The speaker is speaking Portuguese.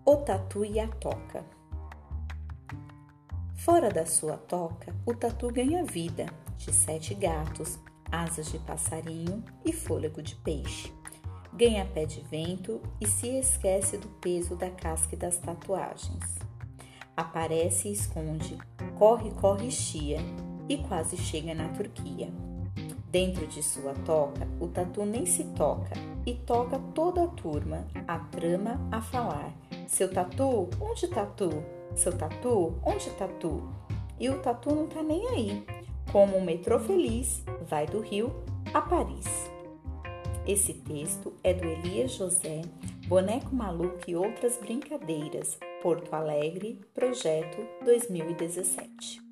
O tatu e a toca. Fora da sua toca, o tatu ganha vida de 7 gatos, asas de passarinho e fôlego de peixe. Ganha pé de vento e se esquece do peso da casca e das tatuagens. Aparece e esconde, corre, corre, chia e quase chega na Turquia. Dentro de sua toca, o tatu nem se toca e toca toda a turma, a trama a falar. Seu tatu, onde tatu? Seu tatu, onde tatu? E o tatu não tá nem aí, como um metrô feliz vai do Rio a Paris. Esse texto é do Elias José, Boneco Maluco e Outras Brincadeiras, Porto Alegre, Projeto 2017.